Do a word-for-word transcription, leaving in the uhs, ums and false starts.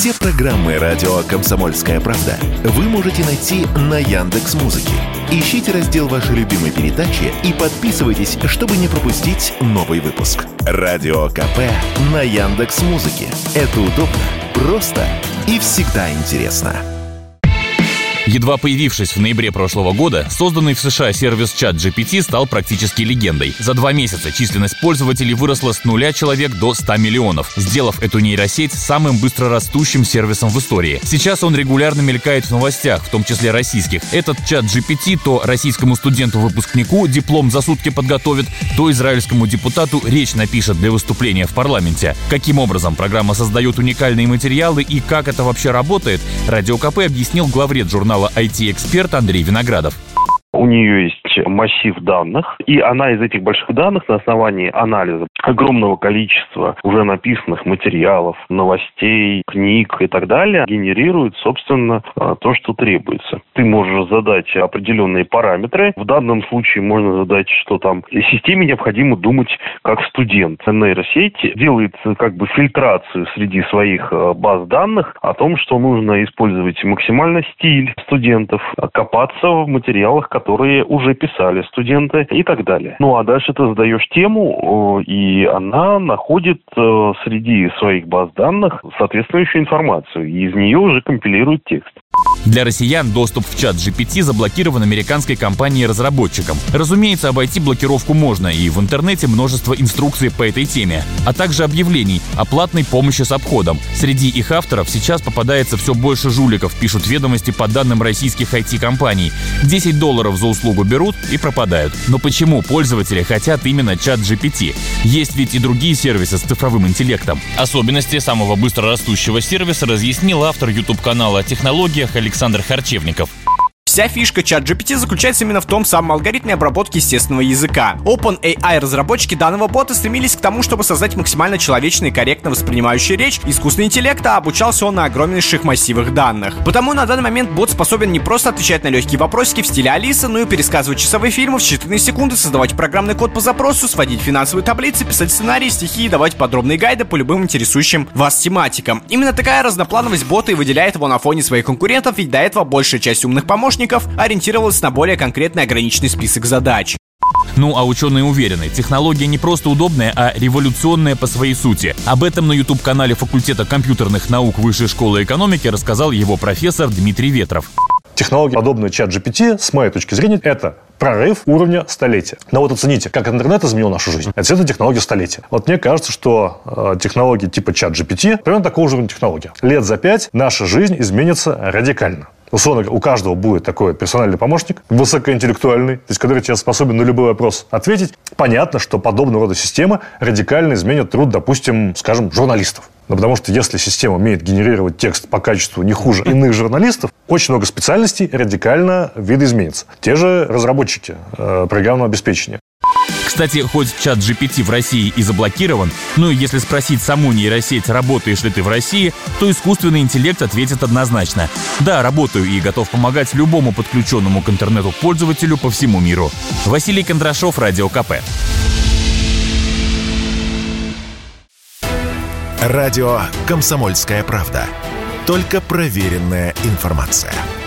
Все программы радио «Комсомольская правда» вы можете найти на Яндекс.Музыке. Ищите раздел вашей любимой передачи и подписывайтесь, чтобы не пропустить новый выпуск. Радио КП на Яндекс.Музыке. Это удобно, просто и всегда интересно. Едва появившись в ноябре прошлого года, созданный в США сервис ChatGPT стал практически легендой. За два месяца численность пользователей выросла с нуля человек до ста миллионов, сделав эту нейросеть самым быстрорастущим сервисом в истории. Сейчас он регулярно мелькает в новостях, в том числе российских. Этот ChatGPT то российскому студенту-выпускнику диплом за сутки подготовит, то израильскому депутату речь напишет для выступления в парламенте. Каким образом программа создает уникальные материалы и как это вообще работает, Радио КП объяснил главред журнала ай ти-эксперт Андрей Виноградов. У нее есть массив данных, и она из этих больших данных на основании анализа огромного количества уже написанных материалов, новостей, книг и так далее генерирует, собственно, то, что требуется. Ты можешь задать определенные параметры. В данном случае можно задать, что там системе необходимо думать как студент. Нейросеть делает как бы фильтрацию среди своих баз данных о том, что нужно использовать максимально стиль студентов, копаться в материалах, которые уже писали студенты и так далее. Ну а дальше ты задаешь тему, и она находит среди своих баз данных соответствующую информацию, и из нее уже компилирует текст. Для россиян доступ в ChatGPT заблокирован американской компанией-разработчиком. Разумеется, обойти блокировку можно, и в интернете множество инструкций по этой теме, а также объявлений о платной помощи с обходом. Среди их авторов сейчас попадается все больше жуликов, пишут ведомости по данным российских ай ти-компаний. десять долларов за услугу берут и пропадают. Но почему пользователи хотят именно ChatGPT? Есть ведь и другие сервисы с цифровым интеллектом. Особенности самого быстрорастущего сервиса разъяснил автор YouTube-канала о технологиях Александр Харчевников. Вся фишка ChatGPT заключается именно в том самом алгоритме обработки естественного языка. OpenAI разработчики данного бота стремились к тому, чтобы создать максимально человечный и корректно воспринимающий речь искусственный интеллект, а обучался он на огромнейших массивах данных. Потому на данный момент бот способен не просто отвечать на легкие вопросики в стиле Алисы, но и пересказывать часовые фильмы в считанные секунды, создавать программный код по запросу, сводить финансовые таблицы, писать сценарии, стихи и давать подробные гайды по любым интересующим вас тематикам. Именно такая разноплановость бота и выделяет его на фоне своих конкурентов, ведь до этого большая часть умных помощников ориентировалась на более конкретный ограниченный список задач. Ну а ученые уверены, технология не просто удобная, а революционная по своей сути. Об этом на YouTube-канале факультета компьютерных наук Высшей школы экономики рассказал его профессор Дмитрий Ветров. Технология, подобная ChatGPT, с моей точки зрения, это прорыв уровня столетия. Но вот оцените, как интернет изменил нашу жизнь. Это действительно технология столетия. Вот мне кажется, что э, технологии типа ChatGPT примерно такого же уровня технологии. Лет за пять наша жизнь изменится радикально. Условно, у каждого будет такой персональный помощник, высокоинтеллектуальный, то есть который тебе способен на любой вопрос ответить. Понятно, что подобного рода системы радикально изменят труд, допустим, скажем, журналистов. Ну, потому что если система умеет генерировать текст по качеству не хуже иных журналистов, очень много специальностей радикально видоизменится. Те же разработчики э, программного обеспечения. Кстати, хоть ChatGPT в России и заблокирован, ну и если спросить саму нейросеть, работаешь ли ты в России, то искусственный интеллект ответит однозначно. Да, работаю и готов помогать любому подключенному к интернету пользователю по всему миру. Василий Кондрашов, Радио КП. Радио «Комсомольская правда». Только проверенная информация.